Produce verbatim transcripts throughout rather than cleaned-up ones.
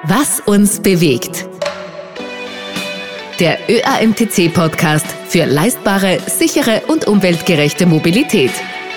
Was uns bewegt. Der Ö A M T C-Podcast für leistbare, sichere und umweltgerechte Mobilität.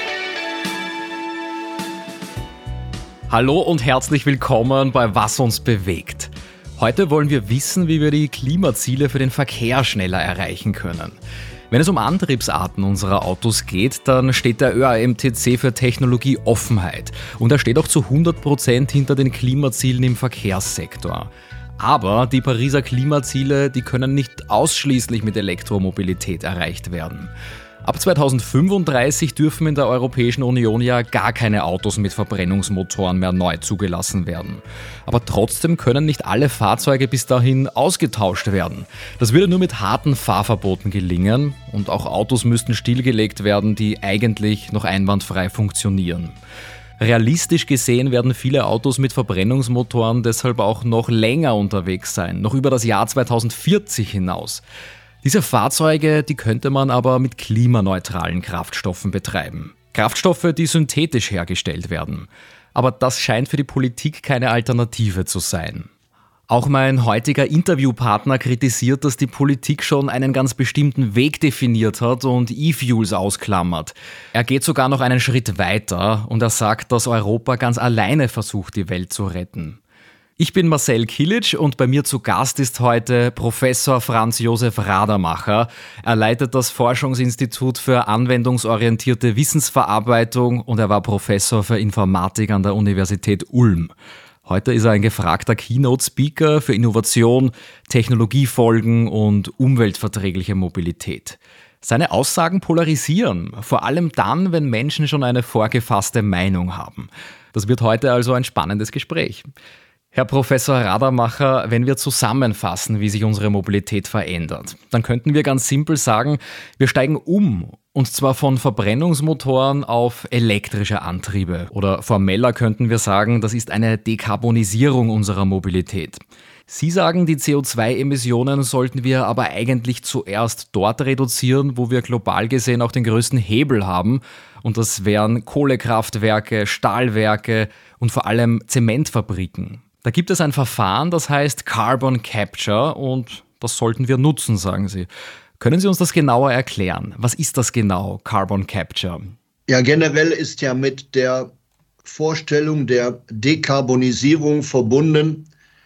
Hallo und herzlich willkommen bei Was uns bewegt. Heute wollen wir wissen, wie wir die Klimaziele für den Verkehr schneller erreichen können. Wenn es um Antriebsarten unserer Autos geht, dann steht der Ö A M T C für Technologieoffenheit und er steht auch zu hundert Prozent hinter den Klimazielen im Verkehrssektor. Aber die Pariser Klimaziele, die können nicht ausschließlich mit Elektromobilität erreicht werden. Ab zweitausendfünfunddreißig dürfen in der Europäischen Union ja gar keine Autos mit Verbrennungsmotoren mehr neu zugelassen werden. Aber trotzdem können nicht alle Fahrzeuge bis dahin ausgetauscht werden. Das würde nur mit harten Fahrverboten gelingen und auch Autos müssten stillgelegt werden, die eigentlich noch einwandfrei funktionieren. Realistisch gesehen werden viele Autos mit Verbrennungsmotoren deshalb auch noch länger unterwegs sein, noch über das Jahr zweitausendvierzig hinaus. Diese Fahrzeuge, die könnte man aber mit klimaneutralen Kraftstoffen betreiben. Kraftstoffe, die synthetisch hergestellt werden. Aber das scheint für die Politik keine Alternative zu sein. Auch mein heutiger Interviewpartner kritisiert, dass die Politik schon einen ganz bestimmten Weg definiert hat und E-Fuels ausklammert. Er geht sogar noch einen Schritt weiter und er sagt, dass Europa ganz alleine versucht, die Welt zu retten. Ich bin Marcel Kilic und bei mir zu Gast ist heute Professor Franz Josef Radermacher. Er leitet das Forschungsinstitut für anwendungsorientierte Wissensverarbeitung und er war Professor für Informatik an der Universität Ulm. Heute ist er ein gefragter Keynote-Speaker für Innovation, Technologiefolgen und umweltverträgliche Mobilität. Seine Aussagen polarisieren, vor allem dann, wenn Menschen schon eine vorgefasste Meinung haben. Das wird heute also ein spannendes Gespräch. Herr Professor Radermacher, wenn wir zusammenfassen, wie sich unsere Mobilität verändert, dann könnten wir ganz simpel sagen, wir steigen um, und zwar von Verbrennungsmotoren auf elektrische Antriebe. Oder formeller könnten wir sagen, das ist eine Dekarbonisierung unserer Mobilität. Sie sagen, die C O zwei Emissionen sollten wir aber eigentlich zuerst dort reduzieren, wo wir global gesehen auch den größten Hebel haben. Und das wären Kohlekraftwerke, Stahlwerke und vor allem Zementfabriken. Da gibt es ein Verfahren, das heißt Carbon Capture und das sollten wir nutzen, sagen Sie. Können Sie uns das genauer erklären? Was ist das genau, Carbon Capture? Ja, generell ist ja mit der Vorstellung der Dekarbonisierung verbunden,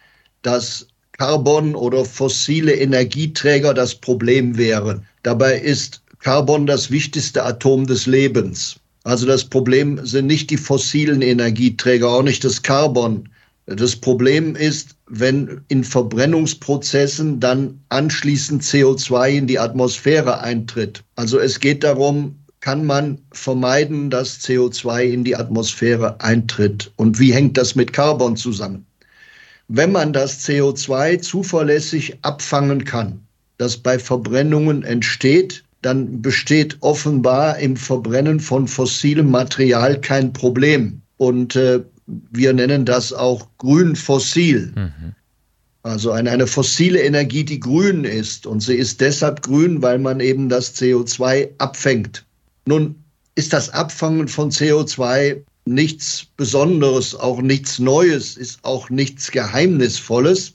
dass Carbon oder fossile Energieträger das Problem wären. Dabei ist Carbon das wichtigste Atom des Lebens. Also das Problem sind nicht die fossilen Energieträger, auch nicht das Carbon. Das Problem ist, wenn in Verbrennungsprozessen dann anschließend C O zwei in die Atmosphäre eintritt. Also es geht darum, kann man vermeiden, dass C O zwei in die Atmosphäre eintritt? Und wie hängt das mit Carbon zusammen? Wenn man das C O zwei zuverlässig abfangen kann, das bei Verbrennungen entsteht, dann besteht offenbar im Verbrennen von fossilem Material kein Problem. Und äh, wir nennen das auch grün-fossil. Mhm. Also eine, eine fossile Energie, die grün ist. Und sie ist deshalb grün, weil man eben das C O zwei abfängt. Nun ist das Abfangen von C O zwei nichts Besonderes, auch nichts Neues, ist auch nichts Geheimnisvolles,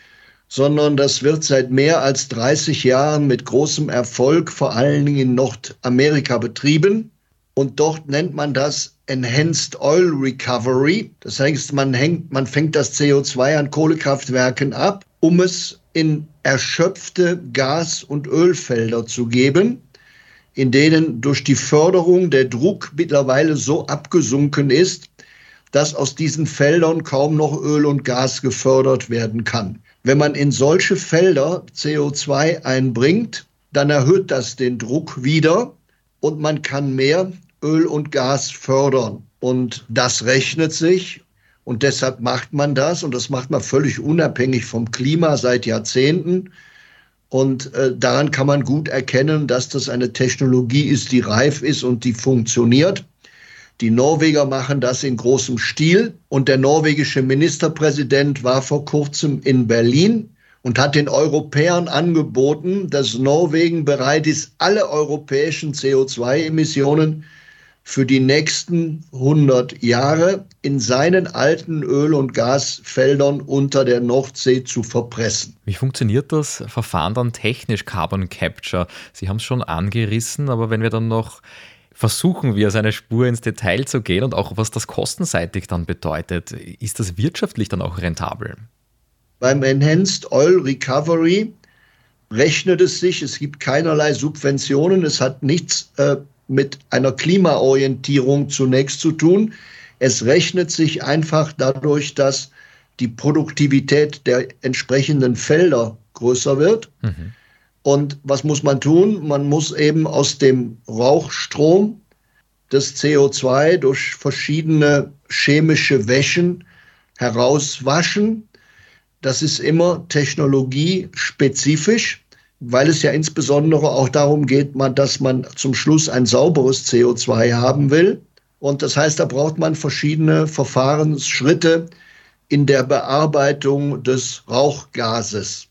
sondern das wird seit mehr als dreißig Jahren mit großem Erfolg vor allen Dingen in Nordamerika betrieben. Und dort nennt man das Enhanced Oil Recovery. Das heißt, man, hängt, man fängt das C O zwei an Kohlekraftwerken ab, um es in erschöpfte Gas- und Ölfelder zu geben, in denen durch die Förderung der Druck mittlerweile so abgesunken ist, dass aus diesen Feldern kaum noch Öl und Gas gefördert werden kann. Wenn man in solche Felder C O zwei einbringt, dann erhöht das den Druck wieder und man kann mehr Öl und Gas fördern. Und das rechnet sich und deshalb macht man das und das macht man völlig unabhängig vom Klima seit Jahrzehnten. Und äh, daran kann man gut erkennen, dass das eine Technologie ist, die reif ist und die funktioniert. Die Norweger machen das in großem Stil und der norwegische Ministerpräsident war vor kurzem in Berlin und hat den Europäern angeboten, dass Norwegen bereit ist, alle europäischen C O zwei Emissionen für die nächsten hundert Jahre in seinen alten Öl- und Gasfeldern unter der Nordsee zu verpressen. Wie funktioniert das Verfahren dann technisch, Carbon Capture? Sie haben es schon angerissen, aber wenn wir dann noch versuchen, wir eine Spur ins Detail zu gehen und auch was das kostenseitig dann bedeutet, ist das wirtschaftlich dann auch rentabel? Beim Enhanced Oil Recovery rechnet es sich, es gibt keinerlei Subventionen, es hat nichts äh, mit einer Klimaorientierung zunächst zu tun. Es rechnet sich einfach dadurch, dass die Produktivität der entsprechenden Felder größer wird. Mhm. Und was muss man tun? Man muss eben aus dem Rauchstrom das C O zwei durch verschiedene chemische Wäschen herauswaschen. Das ist immer technologiespezifisch, weil es ja insbesondere auch darum geht, dass man zum Schluss ein sauberes C O zwei haben will. Und das heißt, da braucht man verschiedene Verfahrensschritte in der Bearbeitung des Rauchgases.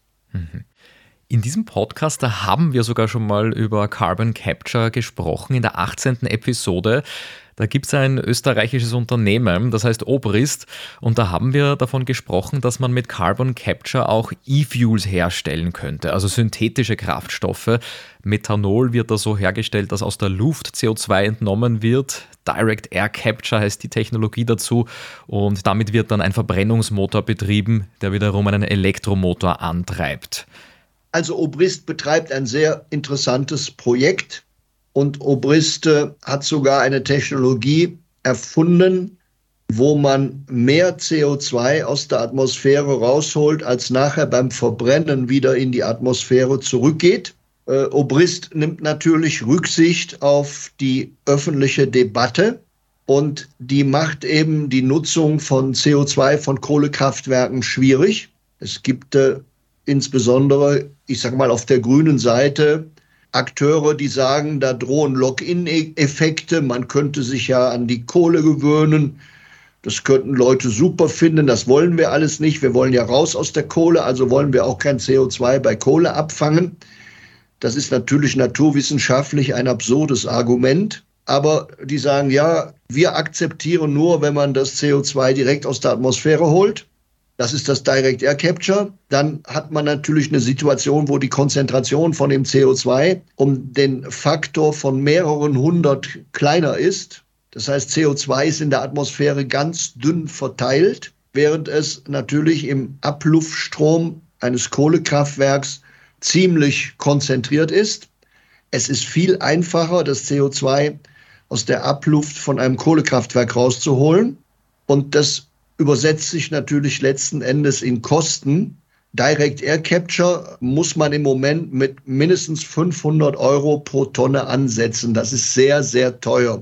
In diesem Podcast, da haben wir sogar schon mal über Carbon Capture gesprochen, in der achtzehnten Episode. Da gibt es ein österreichisches Unternehmen, das heißt Obrist, und da haben wir davon gesprochen, dass man mit Carbon Capture auch E-Fuels herstellen könnte, also synthetische Kraftstoffe. Methanol wird da so hergestellt, dass aus der Luft C O zwei entnommen wird. Direct Air Capture heißt die Technologie dazu, und damit wird dann ein Verbrennungsmotor betrieben, der wiederum einen Elektromotor antreibt. Also Obrist betreibt ein sehr interessantes Projekt. Und Obrist hat sogar eine Technologie erfunden, wo man mehr C O zwei aus der Atmosphäre rausholt, als nachher beim Verbrennen wieder in die Atmosphäre zurückgeht. Äh, Obrist nimmt natürlich Rücksicht auf die öffentliche Debatte und die macht eben die Nutzung von C O zwei von Kohlekraftwerken schwierig. Es gibt äh, insbesondere, ich sage mal, auf der grünen Seite Akteure, die sagen, da drohen Lock-in-Effekte, man könnte sich ja an die Kohle gewöhnen, das könnten Leute super finden, das wollen wir alles nicht, wir wollen ja raus aus der Kohle, also wollen wir auch kein C O zwei bei Kohle abfangen. Das ist natürlich naturwissenschaftlich ein absurdes Argument, aber die sagen, ja, wir akzeptieren nur, wenn man das C O zwei direkt aus der Atmosphäre holt. Das ist das Direct Air Capture. Dann hat man natürlich eine Situation, wo die Konzentration von dem C O zwei um den Faktor von mehreren hundert kleiner ist. Das heißt, C O zwei ist in der Atmosphäre ganz dünn verteilt, während es natürlich im Abluftstrom eines Kohlekraftwerks ziemlich konzentriert ist. Es ist viel einfacher, das C O zwei aus der Abluft von einem Kohlekraftwerk rauszuholen. Und das übersetzt sich natürlich letzten Endes in Kosten. Direct Air Capture muss man im Moment mit mindestens fünfhundert Euro pro Tonne ansetzen. Das ist sehr, sehr teuer.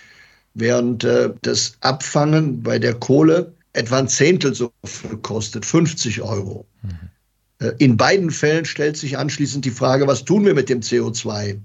Während äh, das Abfangen bei der Kohle etwa ein Zehntel so viel kostet, fünfzig Euro. Mhm. Äh, in beiden Fällen stellt sich anschließend die Frage, was tun wir mit dem C O zwei?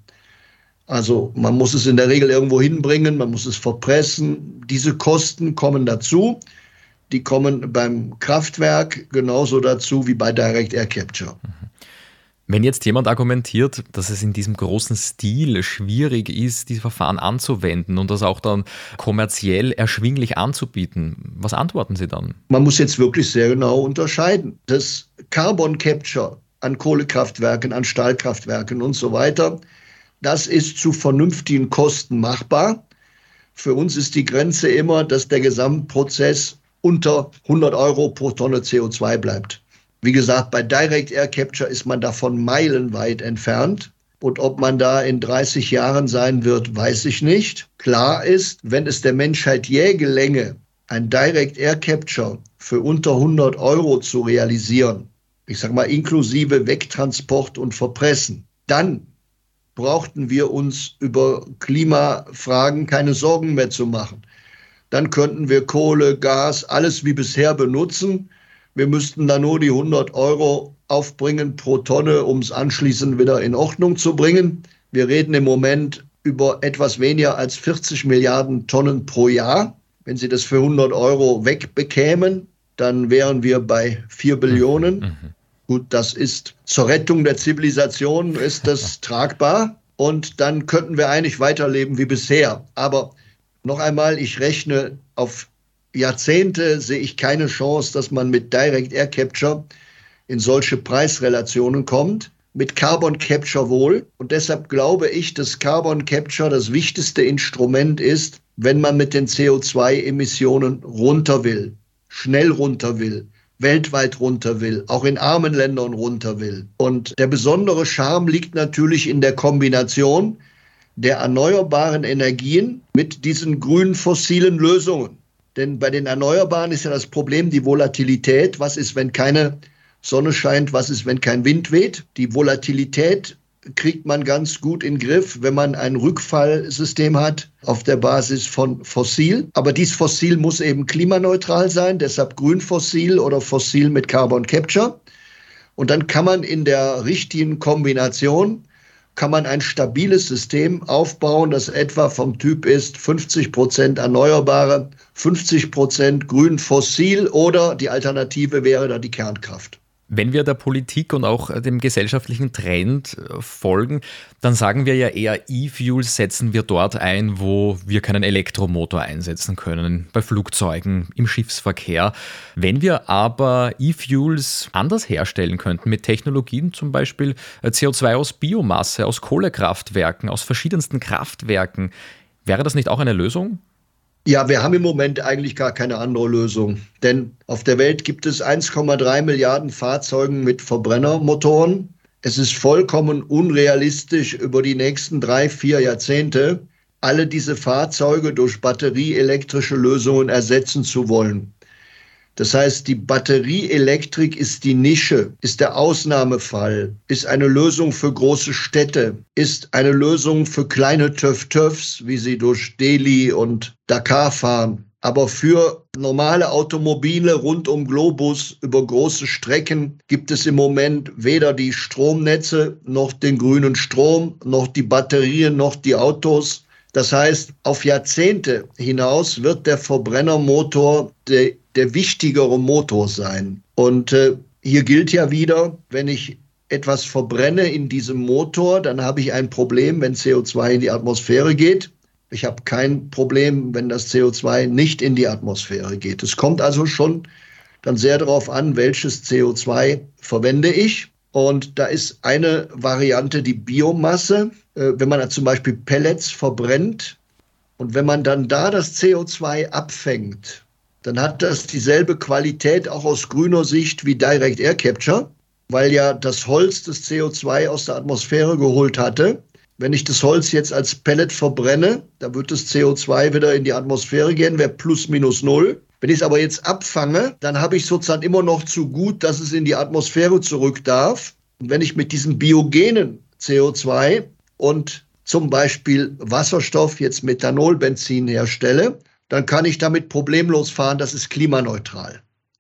Also man muss es in der Regel irgendwo hinbringen, man muss es verpressen. Diese Kosten kommen dazu. Die kommen beim Kraftwerk genauso dazu wie bei Direct Air Capture. Wenn jetzt jemand argumentiert, dass es in diesem großen Stil schwierig ist, diese Verfahren anzuwenden und das auch dann kommerziell erschwinglich anzubieten, was antworten Sie dann? Man muss jetzt wirklich sehr genau unterscheiden. Das Carbon Capture an Kohlekraftwerken, an Stahlkraftwerken und so weiter, das ist zu vernünftigen Kosten machbar. Für uns ist die Grenze immer, dass der Gesamtprozess unter hundert Euro pro Tonne C O zwei bleibt. Wie gesagt, bei Direct Air Capture ist man davon meilenweit entfernt. Und ob man da in dreißig Jahren sein wird, weiß ich nicht. Klar ist, wenn es der Menschheit je gelänge, ein Direct Air Capture für unter hundert Euro zu realisieren, ich sage mal inklusive Wegtransport und Verpressen, dann brauchten wir uns über Klimafragen keine Sorgen mehr zu machen. Dann könnten wir Kohle, Gas, alles wie bisher benutzen. Wir müssten da nur die hundert Euro aufbringen pro Tonne, um es anschließend wieder in Ordnung zu bringen. Wir reden im Moment über etwas weniger als vierzig Milliarden Tonnen pro Jahr. Wenn Sie das für hundert Euro wegbekämen, dann wären wir bei vier Billionen. Mhm. Gut, das ist zur Rettung der Zivilisation, ist das tragbar. Und dann könnten wir eigentlich weiterleben wie bisher. Aber Noch einmal, ich rechne auf Jahrzehnte, sehe ich keine Chance, dass man mit Direct Air Capture in solche Preisrelationen kommt. Mit Carbon Capture wohl. Und deshalb glaube ich, dass Carbon Capture das wichtigste Instrument ist, wenn man mit den C O zwei Emissionen runter will, schnell runter will, weltweit runter will, auch in armen Ländern runter will. Und der besondere Charme liegt natürlich in der Kombination der erneuerbaren Energien mit diesen grünen fossilen Lösungen. Denn bei den Erneuerbaren ist ja das Problem die Volatilität. Was ist, wenn keine Sonne scheint? Was ist, wenn kein Wind weht? Die Volatilität kriegt man ganz gut in den Griff, wenn man ein Rückfallsystem hat auf der Basis von Fossil. Aber dieses Fossil muss eben klimaneutral sein, deshalb Grünfossil oder Fossil mit Carbon Capture. Und dann kann man in der richtigen Kombination kann man ein stabiles System aufbauen, das etwa vom Typ ist fünfzig Prozent Erneuerbare, fünfzig Prozent Grün Fossil oder die Alternative wäre da die Kernkraft. Wenn wir der Politik und auch dem gesellschaftlichen Trend folgen, dann sagen wir ja eher, E-Fuels setzen wir dort ein, wo wir keinen Elektromotor einsetzen können, bei Flugzeugen, im Schiffsverkehr. Wenn wir aber E-Fuels anders herstellen könnten, mit Technologien, zum Beispiel C O zwei aus Biomasse, aus Kohlekraftwerken, aus verschiedensten Kraftwerken, wäre das nicht auch eine Lösung? Ja, wir haben im Moment eigentlich gar keine andere Lösung. Denn auf der Welt gibt es eins Komma drei Milliarden Fahrzeuge mit Verbrennermotoren. Es ist vollkommen unrealistisch, über die nächsten drei, vier Jahrzehnte alle diese Fahrzeuge durch batterieelektrische Lösungen ersetzen zu wollen. Das heißt, die Batterieelektrik ist die Nische, ist der Ausnahmefall, ist eine Lösung für große Städte, ist eine Lösung für kleine Töff-Töffs, wie sie durch Delhi und Dakar fahren. Aber für normale Automobile rund um Globus über große Strecken gibt es im Moment weder die Stromnetze noch den grünen Strom, noch die Batterien, noch die Autos. Das heißt, auf Jahrzehnte hinaus wird der Verbrennermotor der, der wichtigere Motor sein. Und äh, hier gilt ja wieder, wenn ich etwas verbrenne in diesem Motor, dann habe ich ein Problem, wenn C O zwei in die Atmosphäre geht. Ich habe kein Problem, wenn das C O zwei nicht in die Atmosphäre geht. Es kommt also schon dann sehr darauf an, welches C O zwei verwende ich. Und da ist eine Variante die Biomasse. Wenn man zum Beispiel Pellets verbrennt und wenn man dann da das C O zwei abfängt, dann hat das dieselbe Qualität auch aus grüner Sicht wie Direct Air Capture, weil ja das Holz das C O zwei aus der Atmosphäre geholt hatte. Wenn ich das Holz jetzt als Pellet verbrenne, dann wird das C O zwei wieder in die Atmosphäre gehen, wäre plus minus null. Wenn ich es aber jetzt abfange, dann habe ich sozusagen immer noch zu gut, dass es in die Atmosphäre zurück darf. Und wenn ich mit diesem biogenen C O zwei und zum Beispiel Wasserstoff, jetzt Methanolbenzin herstelle, dann kann ich damit problemlos fahren, das ist klimaneutral.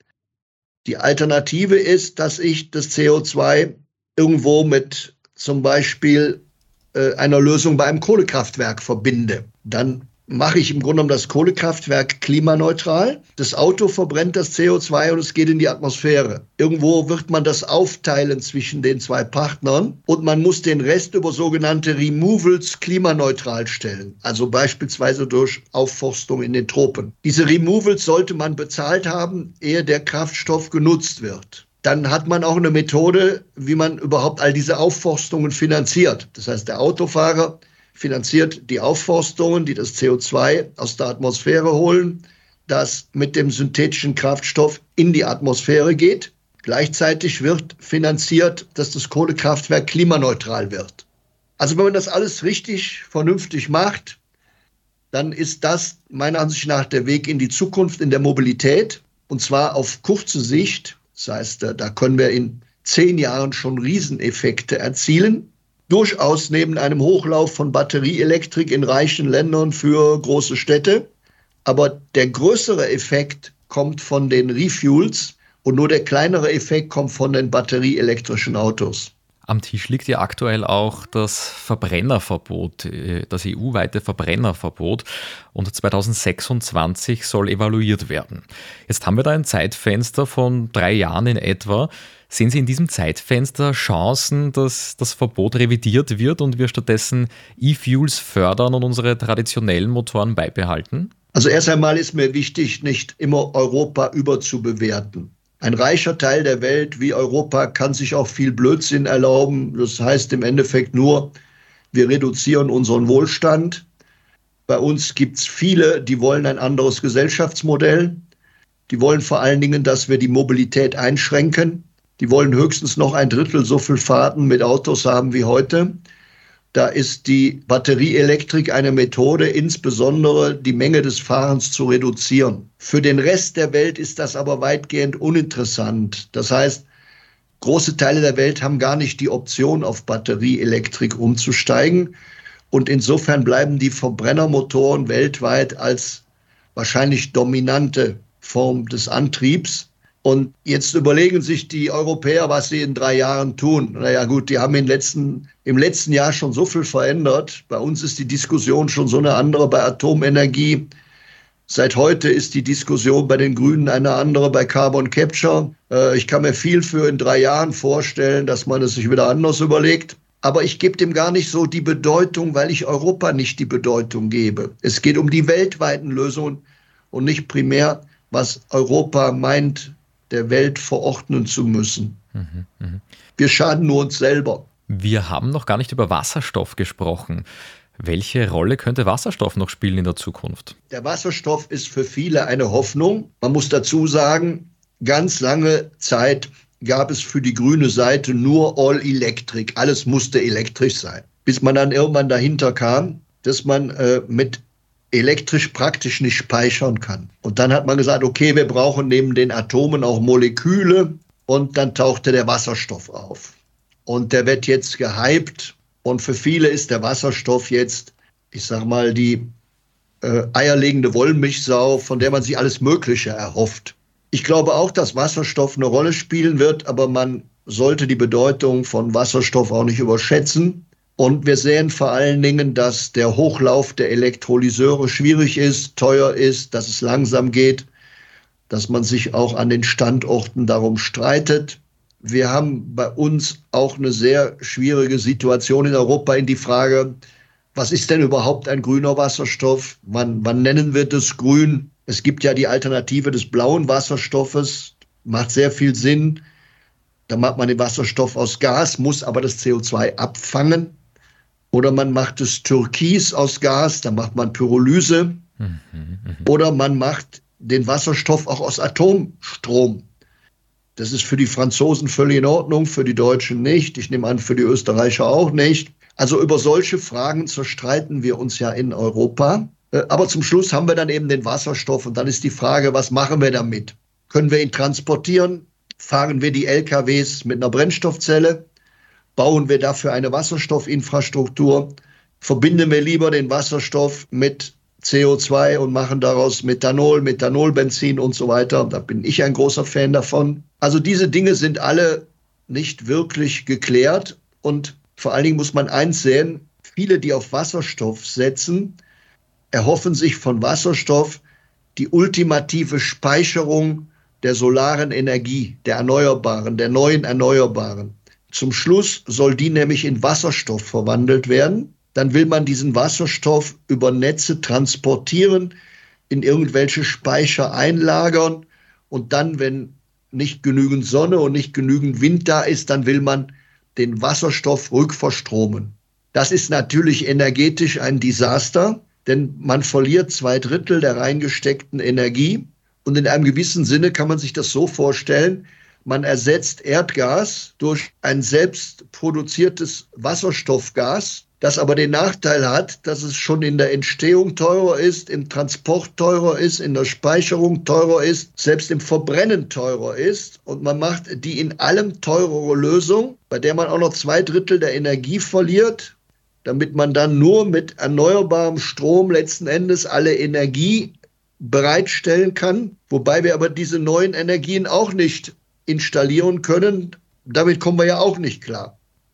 Die Alternative ist, dass ich das C O zwei irgendwo mit zum Beispiel äh, einer Lösung bei einem Kohlekraftwerk verbinde. Dann mache ich im Grunde genommen das Kohlekraftwerk klimaneutral. Das Auto verbrennt das C O zwei und es geht in die Atmosphäre. Irgendwo wird man das aufteilen zwischen den zwei Partnern und man muss den Rest über sogenannte Removals klimaneutral stellen. Also beispielsweise durch Aufforstung in den Tropen. Diese Removals sollte man bezahlt haben, ehe der Kraftstoff genutzt wird. Dann hat man auch eine Methode, wie man überhaupt all diese Aufforstungen finanziert. Das heißt, der Autofahrer finanziert die Aufforstungen, die das C O zwei aus der Atmosphäre holen, das mit dem synthetischen Kraftstoff in die Atmosphäre geht. Gleichzeitig wird finanziert, dass das Kohlekraftwerk klimaneutral wird. Also wenn man das alles richtig, vernünftig macht, dann ist das meiner Ansicht nach der Weg in die Zukunft in der Mobilität. Und zwar auf kurze Sicht. Das heißt, da können wir in zehn Jahren schon Rieseneffekte erzielen. Durchaus neben einem Hochlauf von Batterieelektrik in reichen Ländern für große Städte. Aber der größere Effekt kommt von den Refuels und nur der kleinere Effekt kommt von den batterieelektrischen Autos. Am Tisch liegt ja aktuell auch das Verbrennerverbot, das E U-weite Verbrennerverbot, und zweitausendsechsundzwanzig soll evaluiert werden. Jetzt haben wir da ein Zeitfenster von drei Jahren in etwa. Sehen Sie in diesem Zeitfenster Chancen, dass das Verbot revidiert wird und wir stattdessen E-Fuels fördern und unsere traditionellen Motoren beibehalten? Also erst einmal ist mir wichtig, nicht immer Europa überzubewerten. Ein reicher Teil der Welt wie Europa kann sich auch viel Blödsinn erlauben. Das heißt im Endeffekt nur, wir reduzieren unseren Wohlstand. Bei uns gibt es viele, die wollen ein anderes Gesellschaftsmodell. Die wollen vor allen Dingen, dass wir die Mobilität einschränken. Die wollen höchstens noch ein Drittel so viel Fahrten mit Autos haben wie heute. Da ist die Batterieelektrik eine Methode, insbesondere die Menge des Fahrens zu reduzieren. Für den Rest der Welt ist das aber weitgehend uninteressant. Das heißt, große Teile der Welt haben gar nicht die Option, auf Batterieelektrik umzusteigen. Und insofern bleiben die Verbrennermotoren weltweit als wahrscheinlich dominante Form des Antriebs. Und jetzt überlegen sich die Europäer, was sie in drei Jahren tun. Naja gut, die haben im letzten, im letzten Jahr schon so viel verändert. Bei uns ist die Diskussion schon so eine andere bei Atomenergie. Seit heute ist die Diskussion bei den Grünen eine andere bei Carbon Capture. Äh, ich kann mir viel für in drei Jahren vorstellen, dass man es sich wieder anders überlegt. Aber ich gebe dem gar nicht so die Bedeutung, weil ich Europa nicht die Bedeutung gebe. Es geht um die weltweiten Lösungen und nicht primär, was Europa meint, der Welt verordnen zu müssen. Mhm, mh. Wir schaden nur uns selber. Wir haben noch gar nicht über Wasserstoff gesprochen. Welche Rolle könnte Wasserstoff noch spielen in der Zukunft? Der Wasserstoff ist für viele eine Hoffnung. Man muss dazu sagen, ganz lange Zeit gab es für die grüne Seite nur All-Electric. Alles musste elektrisch sein. Bis man dann irgendwann dahinter kam, dass man äh, mit elektrisch praktisch nicht speichern kann. Und dann hat man gesagt, okay, wir brauchen neben den Atomen auch Moleküle, und dann tauchte der Wasserstoff auf. Und der wird jetzt gehypt, und für viele ist der Wasserstoff jetzt, ich sag mal, die äh, eierlegende Wollmilchsau, von der man sich alles Mögliche erhofft. Ich glaube auch, dass Wasserstoff eine Rolle spielen wird, aber man sollte die Bedeutung von Wasserstoff auch nicht überschätzen. Und wir sehen vor allen Dingen, dass der Hochlauf der Elektrolyseure schwierig ist, teuer ist, dass es langsam geht, dass man sich auch an den Standorten darum streitet. Wir haben bei uns auch eine sehr schwierige Situation in Europa in die Frage, was ist denn überhaupt ein grüner Wasserstoff? Wann, wann nennen wir das grün? Es gibt ja die Alternative des blauen Wasserstoffes, macht sehr viel Sinn. Da macht man den Wasserstoff aus Gas, muss aber das C O zwei abfangen. Oder man macht es Türkis aus Gas, da macht man Pyrolyse. Mhm, mh. Oder man macht den Wasserstoff auch aus Atomstrom. Das ist für die Franzosen völlig in Ordnung, für die Deutschen nicht. Ich nehme an, für die Österreicher auch nicht. Also über solche Fragen zerstreiten wir uns ja in Europa. Aber zum Schluss haben wir dann eben den Wasserstoff. Und dann ist die Frage, was machen wir damit? Können wir ihn transportieren? Fahren wir die L K Ws mit einer Brennstoffzelle? Bauen wir dafür eine Wasserstoffinfrastruktur? Verbinden wir lieber den Wasserstoff mit C O zwei und machen daraus Methanol, Methanolbenzin und so weiter? Da bin ich ein großer Fan davon. Also diese Dinge sind alle nicht wirklich geklärt. Und vor allen Dingen muss man eins sehen, viele, die auf Wasserstoff setzen, erhoffen sich von Wasserstoff die ultimative Speicherung der solaren Energie, der Erneuerbaren, der neuen Erneuerbaren. Zum Schluss soll die nämlich in Wasserstoff verwandelt werden. Dann will man diesen Wasserstoff über Netze transportieren, in irgendwelche Speicher einlagern. Und dann, wenn nicht genügend Sonne und nicht genügend Wind da ist, dann will man den Wasserstoff rückverstromen. Das ist natürlich energetisch ein Desaster, denn man verliert zwei Drittel der reingesteckten Energie. Und in einem gewissen Sinne kann man sich das so vorstellen, man ersetzt Erdgas durch ein selbst produziertes Wasserstoffgas, das aber den Nachteil hat, dass es schon in der Entstehung teurer ist, im Transport teurer ist, in der Speicherung teurer ist, selbst im Verbrennen teurer ist. Und man macht die in allem teurere Lösung, bei der man auch noch zwei Drittel der Energie verliert, damit man dann nur mit erneuerbarem Strom letzten Endes alle Energie bereitstellen kann, wobei wir aber diese neuen Energien auch nicht installieren können. Damit kommen wir ja auch nicht klar.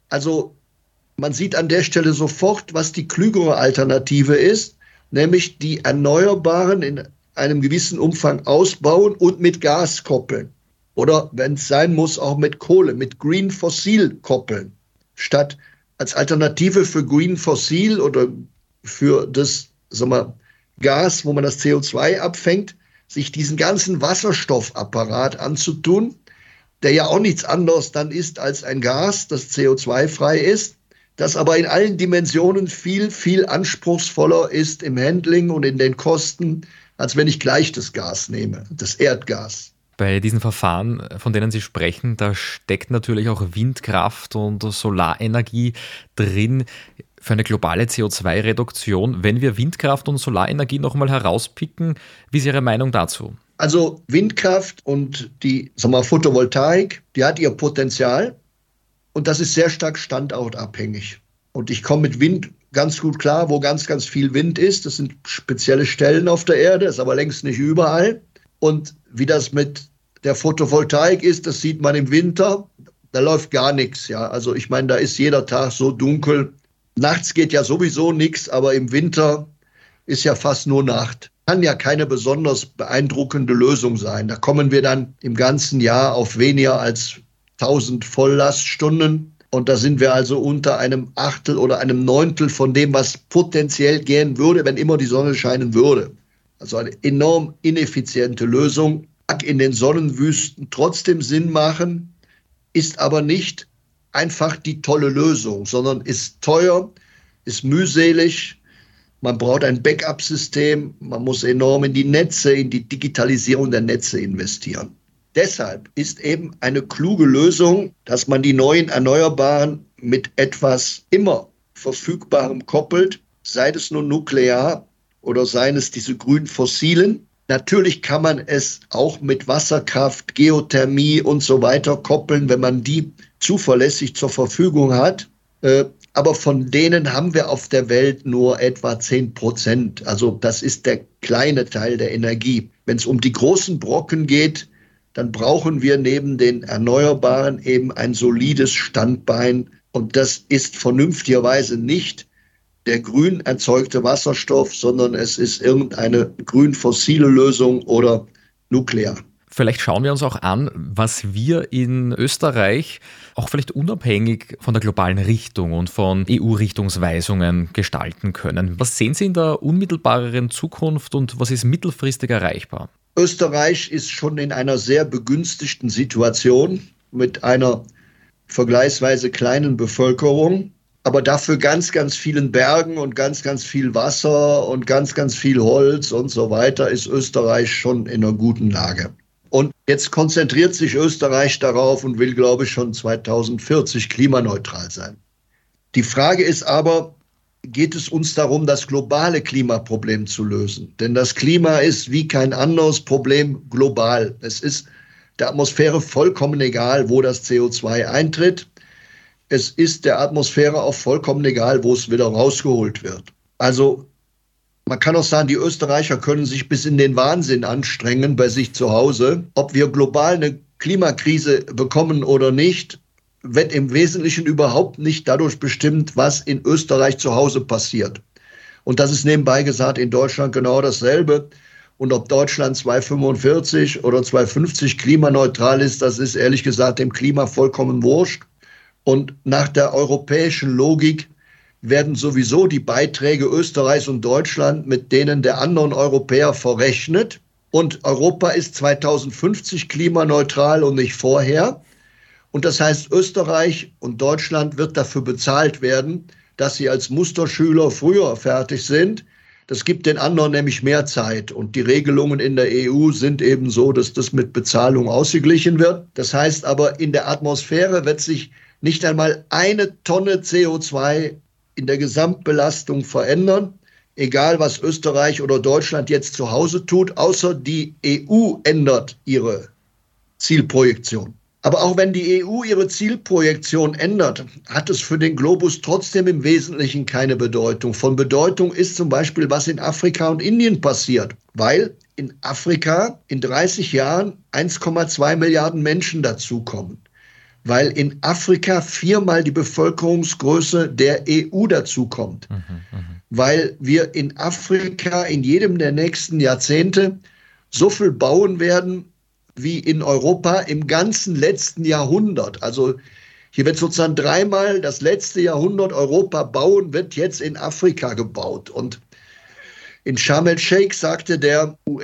Also man sieht an der Stelle sofort, was die klügere Alternative ist, nämlich die Erneuerbaren in einem gewissen Umfang ausbauen und mit Gas koppeln. Oder wenn es sein muss, auch mit Kohle, mit Green Fossil koppeln. Statt als Alternative für Green Fossil oder für das, sagen wir, Gas, wo man das C O zwei abfängt, sich diesen ganzen Wasserstoffapparat anzutun, der ja auch nichts anderes dann ist als ein Gas, das C O zwei frei ist, das aber in allen Dimensionen viel, viel anspruchsvoller ist im Handling und in den Kosten, als wenn ich gleich das Gas nehme, das Erdgas. Bei diesen Verfahren, von denen Sie sprechen, da steckt natürlich auch Windkraft und Solarenergie drin für eine globale C O zwei Reduktion. Wenn wir Windkraft und Solarenergie nochmal herauspicken, wie ist Ihre Meinung dazu? Also Windkraft und die, sagen wir, Photovoltaik, die hat ihr Potenzial und das ist sehr stark standortabhängig. Und ich komme mit Wind ganz gut klar, wo ganz, ganz viel Wind ist. Das sind spezielle Stellen auf der Erde, ist aber längst nicht überall. Und wie das mit der Photovoltaik ist, das sieht man im Winter, da läuft gar nichts. Ja? Also ich meine, da ist jeder Tag so dunkel. Nachts geht ja sowieso nichts, aber im Winter ist ja fast nur Nacht. Kann ja keine besonders beeindruckende Lösung sein. Da kommen wir dann im ganzen Jahr auf weniger als tausend Volllaststunden. Und da sind wir also unter einem Achtel oder einem Neuntel von dem, was potenziell gehen würde, wenn immer die Sonne scheinen würde. Also eine enorm ineffiziente Lösung. Mag in den Sonnenwüsten trotzdem Sinn machen, ist aber nicht einfach die tolle Lösung, sondern ist teuer, ist mühselig. Man braucht ein Backup-System. Man muss enorm in die Netze, in die Digitalisierung der Netze investieren. Deshalb ist eben eine kluge Lösung, dass man die neuen Erneuerbaren mit etwas immer Verfügbarem koppelt, sei es nun nuklear oder seien es diese grünen Fossilen. Natürlich kann man es auch mit Wasserkraft, Geothermie und so weiter koppeln, wenn man die zuverlässig zur Verfügung hat. Aber von denen haben wir auf der Welt nur etwa zehn Prozent. Also das ist der kleine Teil der Energie. Wenn es um die großen Brocken geht, dann brauchen wir neben den Erneuerbaren eben ein solides Standbein. Und das ist vernünftigerweise nicht der grün erzeugte Wasserstoff, sondern es ist irgendeine grün-fossile Lösung oder nuklear. Vielleicht schauen wir uns auch an, was wir in Österreich auch vielleicht unabhängig von der globalen Richtung und von E U-Richtungsweisungen gestalten können. Was sehen Sie in der unmittelbareren Zukunft und was ist mittelfristig erreichbar? Österreich ist schon in einer sehr begünstigten Situation mit einer vergleichsweise kleinen Bevölkerung, aber dafür ganz, ganz vielen Bergen und ganz, ganz viel Wasser und ganz, ganz viel Holz und so weiter ist Österreich schon in einer guten Lage. Und jetzt konzentriert sich Österreich darauf und will, glaube ich, schon zweitausendvierzig klimaneutral sein. Die Frage ist aber, geht es uns darum, das globale Klimaproblem zu lösen? Denn das Klima ist wie kein anderes Problem global. Es ist der Atmosphäre vollkommen egal, wo das C O zwei eintritt. Es ist der Atmosphäre auch vollkommen egal, wo es wieder rausgeholt wird. Also man kann auch sagen, die Österreicher können sich bis in den Wahnsinn anstrengen bei sich zu Hause. Ob wir global eine Klimakrise bekommen oder nicht, wird im Wesentlichen überhaupt nicht dadurch bestimmt, was in Österreich zu Hause passiert. Und das ist nebenbei gesagt in Deutschland genau dasselbe. Und ob Deutschland zweitausendfünfundvierzig oder zweitausendfünfzig klimaneutral ist, das ist ehrlich gesagt dem Klima vollkommen wurscht. Und nach der europäischen Logik werden sowieso die Beiträge Österreichs und Deutschland mit denen der anderen Europäer verrechnet. Und Europa ist zweitausendfünfzig klimaneutral und nicht vorher. Und das heißt, Österreich und Deutschland wird dafür bezahlt werden, dass sie als Musterschüler früher fertig sind. Das gibt den anderen nämlich mehr Zeit. Und die Regelungen in der E U sind eben so, dass das mit Bezahlung ausgeglichen wird. Das heißt aber, in der Atmosphäre wird sich nicht einmal eine Tonne C O zwei in der Gesamtbelastung verändern, egal was Österreich oder Deutschland jetzt zu Hause tut, außer die E U ändert ihre Zielprojektion. Aber auch wenn die E U ihre Zielprojektion ändert, hat es für den Globus trotzdem im Wesentlichen keine Bedeutung. Von Bedeutung ist zum Beispiel, was in Afrika und Indien passiert, weil in Afrika in dreißig Jahren eins Komma zwei Milliarden Menschen dazukommen. weil in Afrika viermal die Bevölkerungsgröße der E U dazukommt. Mhm, mh. Weil wir in Afrika in jedem der nächsten Jahrzehnte so viel bauen werden wie in Europa im ganzen letzten Jahrhundert. Also hier wird sozusagen dreimal das letzte Jahrhundert Europa bauen, wird jetzt in Afrika gebaut. Und in Sharm el-Sheikh sagte der U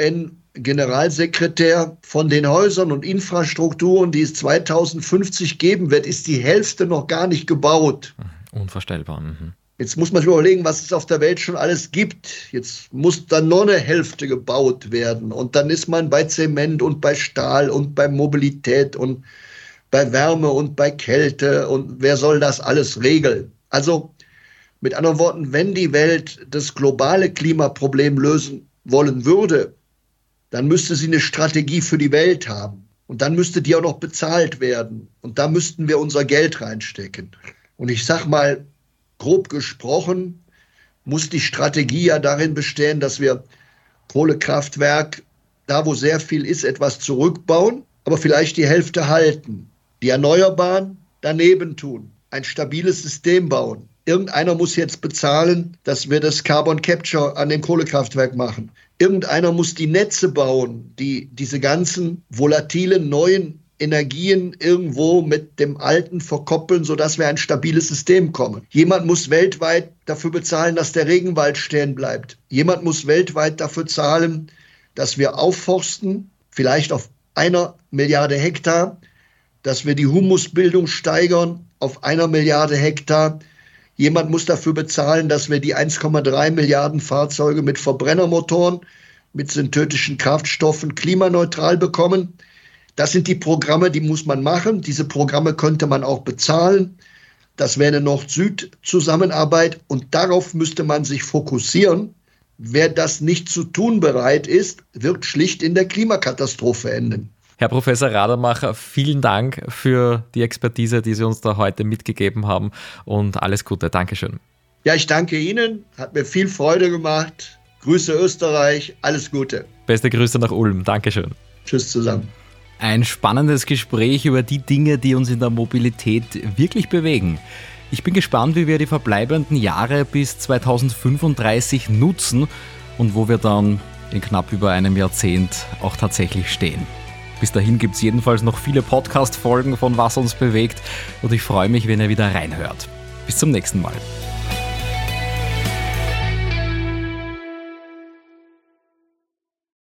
N-Generalsekretär, von den Häusern und Infrastrukturen, die es zweitausendfünfzig geben wird, ist die Hälfte noch gar nicht gebaut. Unvorstellbar. Mhm. Jetzt muss man sich überlegen, was es auf der Welt schon alles gibt. Jetzt muss dann noch eine Hälfte gebaut werden. Und dann ist man bei Zement und bei Stahl und bei Mobilität und bei Wärme und bei Kälte. Und wer soll das alles regeln? Also mit anderen Worten, wenn die Welt das globale Klimaproblem lösen wollen würde, dann müsste sie eine Strategie für die Welt haben. Und dann müsste die auch noch bezahlt werden. Und da müssten wir unser Geld reinstecken. Und ich sag mal, grob gesprochen, muss die Strategie ja darin bestehen, dass wir Kohlekraftwerk, da wo sehr viel ist, etwas zurückbauen, aber vielleicht die Hälfte halten. Die Erneuerbaren daneben tun, ein stabiles System bauen. Irgendeiner muss jetzt bezahlen, dass wir das Carbon Capture an dem Kohlekraftwerk machen. Irgendeiner muss die Netze bauen, die diese ganzen volatilen neuen Energien irgendwo mit dem Alten verkoppeln, sodass wir ein stabiles System kommen. Jemand muss weltweit dafür bezahlen, dass der Regenwald stehen bleibt. Jemand muss weltweit dafür zahlen, dass wir aufforsten, vielleicht auf einer Milliarde Hektar, dass wir die Humusbildung steigern auf einer Milliarde Hektar. Jemand muss dafür bezahlen, dass wir die eins Komma drei Milliarden Fahrzeuge mit Verbrennermotoren, mit synthetischen Kraftstoffen klimaneutral bekommen. Das sind die Programme, die muss man machen. Diese Programme könnte man auch bezahlen. Das wäre eine Nord-Süd-Zusammenarbeit und darauf müsste man sich fokussieren. Wer das nicht zu tun bereit ist, wird schlicht in der Klimakatastrophe enden. Herr Professor Radermacher, vielen Dank für die Expertise, die Sie uns da heute mitgegeben haben und alles Gute. Dankeschön. Ja, ich danke Ihnen. Hat mir viel Freude gemacht. Grüße Österreich. Alles Gute. Beste Grüße nach Ulm. Dankeschön. Tschüss zusammen. Ein spannendes Gespräch über die Dinge, die uns in der Mobilität wirklich bewegen. Ich bin gespannt, wie wir die verbleibenden Jahre bis zweitausendfünfunddreißig nutzen und wo wir dann in knapp über einem Jahrzehnt auch tatsächlich stehen. Bis dahin gibt es jedenfalls noch viele Podcast-Folgen von Was uns bewegt und ich freue mich, wenn ihr wieder reinhört. Bis zum nächsten Mal.